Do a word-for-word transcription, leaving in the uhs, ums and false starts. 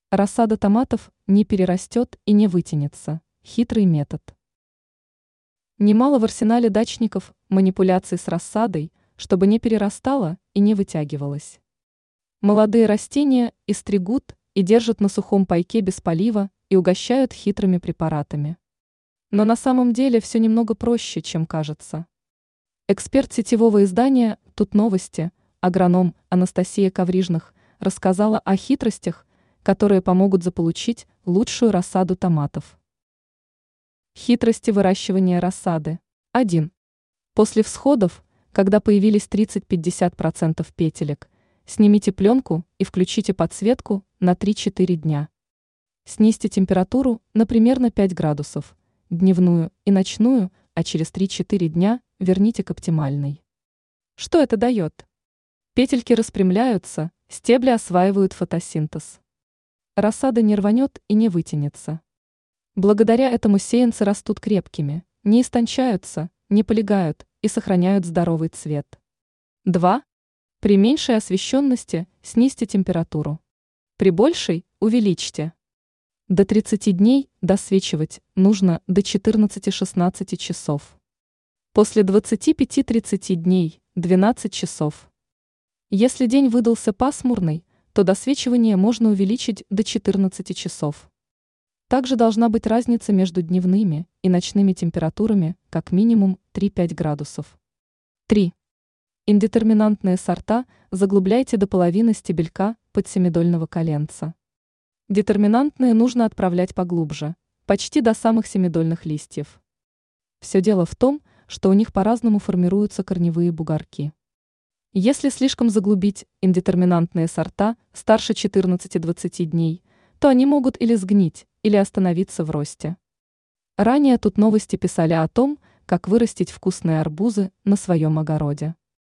Рассада томатов не перерастет и не вытянется. Хитрый метод. Немало в арсенале дачников манипуляций с рассадой, чтобы не перерастала и не вытягивалась. Молодые растения и стригут, и держат на сухом пайке без полива и угощают хитрыми препаратами. Но на самом деле все немного проще, чем кажется. Эксперт сетевого издания «Тут новости», агроном Анастасия Коврижных, рассказала о хитростях, которые помогут заполучить лучшую рассаду томатов. Хитрости выращивания рассады. один. После всходов, когда появились тридцать-пятьдесят процентов петелек, снимите пленку и включите подсветку на три-четыре дня. Снизьте температуру на примерно пять градусов, дневную и ночную, а через три-четыре дня верните к оптимальной. Что это дает? Петельки распрямляются, стебли осваивают фотосинтез. Рассада не рванет и не вытянется. Благодаря этому сеянцы растут крепкими, не истончаются, не полегают и сохраняют здоровый цвет. два. При меньшей освещенности снизьте температуру. При большей увеличьте. До тридцати дней досвечивать нужно до четырнадцати-шестнадцати часов. После двадцати пяти-тридцати дней – двенадцать часов. Если день выдался пасмурный, то досвечивание можно увеличить до четырнадцати часов. Также должна быть разница между дневными и ночными температурами как минимум три-пять градусов. три. Индетерминантные сорта заглубляйте до половины стебелька подсемидольного коленца. Детерминантные нужно отправлять поглубже, почти до самых семидольных листьев. Все дело в том, что у них по-разному формируются корневые бугорки. Если слишком заглубить индетерминантные сорта старше четырнадцати-двадцати дней, то они могут или сгнить, или остановиться в росте. Ранее тут новости писали о том, как вырастить вкусные арбузы на своем огороде.